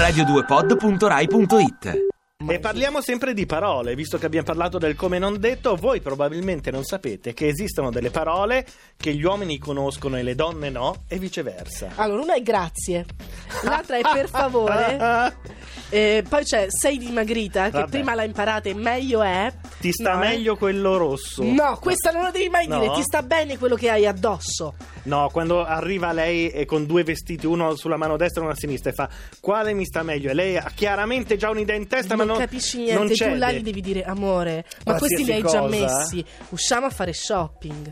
radio2pod.rai.it. E parliamo sempre di parole, visto che abbiamo parlato del come non detto. Voi probabilmente non sapete che esistono delle parole che gli uomini conoscono e le donne no, e viceversa. Allora, una è grazie, l'altra è per favore. Poi c'è sei dimagrita, che Vabbè. prima la imparate meglio è. Ti sta No, meglio quello rosso? No, questa non lo devi mai No? dire. Ti sta bene quello che hai addosso. No, quando arriva lei e con due vestiti, uno sulla mano destra e uno a sinistra, e fa quale mi sta meglio? E lei ha chiaramente già un'idea in testa, ma non capisci non niente. Tu cede. là gli devi dire amore, ma Qualsiasi questi li hai già cosa. messi. Usciamo a fare shopping.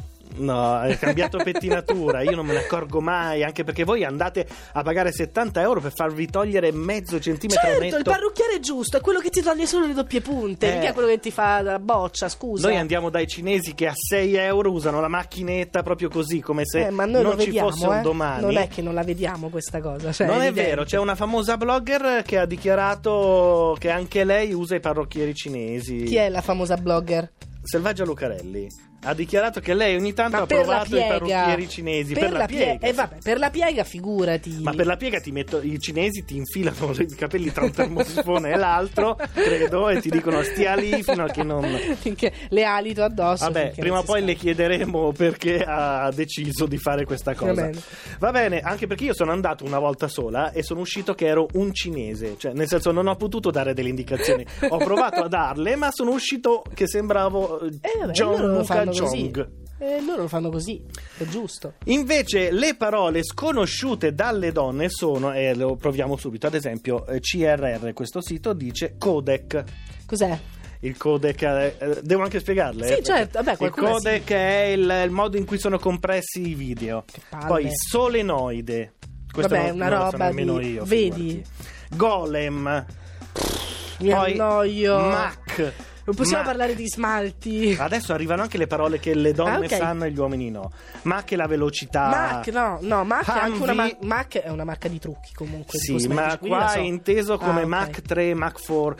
No, hai cambiato pettinatura, io non me ne accorgo mai, anche perché voi andate a pagare 70 euro per farvi togliere mezzo centimetro Certo, netto. il parrucchiere giusto è quello che ti toglie solo le doppie punte, mica quello che ti fa la boccia, scusa. Noi andiamo dai cinesi che a 6 euro usano la macchinetta proprio così, come se ma noi non lo ci vediamo, fosse un domani. Non è che non la vediamo questa cosa, cioè, Non è evidente. vero, c'è una famosa blogger che ha dichiarato che anche lei usa i parrucchieri cinesi. Chi è la famosa blogger? Selvaggia Lucarelli ha dichiarato che lei ogni tanto Ma ha per la provato i piega. parrucchieri cinesi per la piega. vabbè, per la piega figurati. Ma per la piega i cinesi ti infilano i capelli tra un termosifone e l'altro, credo, e ti dicono stia lì fino a che non... Finché le alito addosso. Vabbè, finché prima o non si poi scappa. le chiederemo perché ha deciso di fare questa cosa. Va bene, anche perché io sono andato una volta sola e sono uscito che ero un cinese, cioè nel senso non ho potuto dare delle indicazioni. Ho provato a darle, ma sono uscito che sembravo Vabbè, Gianluca Chong. Loro lo fanno così, è giusto. Invece le parole sconosciute dalle donne sono, e lo proviamo subito, ad esempio CRR, questo sito dice codec. Cos'è? Il codec, devo anche spiegarle? Sì, certo, vabbè, il qualcuno codec è il modo in cui sono compressi i video. Che palle. Poi solenoide. Questo Vabbè, non, una non lo so roba nemmeno di... io, Vedi? figurati. Golem. Mi Poi annoio. Mac. Non possiamo Mac. parlare di smalti. Adesso arrivano anche le parole che le donne ok. sanno e gli uomini no. Mac è la velocità. Mac, no, Mac è anche una Humvee. Mac è una marca di trucchi comunque. di Sì, cosmetici, ma quindi la qua so. è inteso come ok. Mac 3, Mac 4,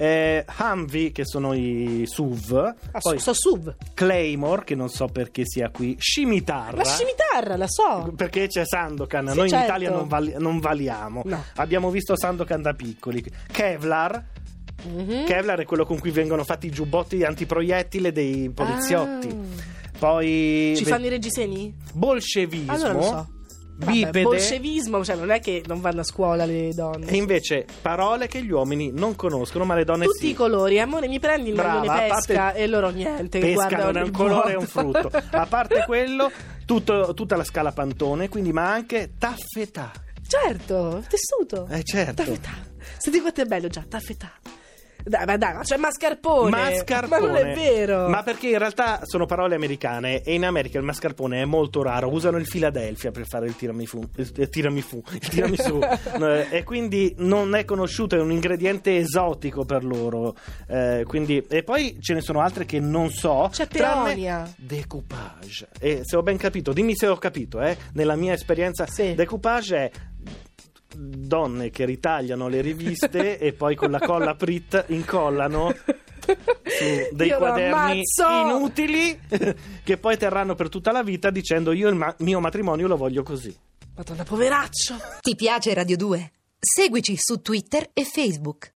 Humvee, che sono i SUV, poi so SUV. Claymore, che non so perché sia qui, scimitarra. La scimitarra, la so. Perché c'è Sandokan, Sì, noi in certo. Italia non valiamo. No. Abbiamo visto Sandokan da piccoli. Kevlar. Mhm. Kevlar è quello con cui vengono fatti i giubbotti antiproiettile dei poliziotti. Ah. Poi Ci fanno i reggiseni? bolscevismo. Allora lo so. Vabbè, Bipede. bolscevismo, cioè non è che non vanno a scuola le donne. E invece parole che gli uomini non conoscono, ma le donne Tutti sì. i colori, amore, mi prendi il Brava, maglione a parte- pesca e loro niente. che Pesca guardano non è un il colore, è un vuoto. frutto. A parte quello, tutta la scala Pantone, quindi, ma anche taffetà. Certo, tessuto. Certo. Taffetà. Senti quanto è bello già, taffetà. Dai, ma c'è mascarpone. Mascarpone. Ma non è vero. Ma perché in realtà sono parole americane e in America il mascarpone è molto raro. Usano il Philadelphia per fare il tiramisù. E quindi non è conosciuto, è un ingrediente esotico per loro. Quindi, e poi ce ne sono altre che non so. C'è tranne peonia. Decoupage. E se ho ben capito, dimmi se ho capito, nella mia esperienza, Sì. decoupage è donne che ritagliano le riviste e poi con la colla Prit incollano su dei Io lo quaderni ammazzo! inutili che poi terranno per tutta la vita dicendo io il mio matrimonio lo voglio così. Madonna, poveraccio. Ti piace Radio 2? Seguici su Twitter e Facebook.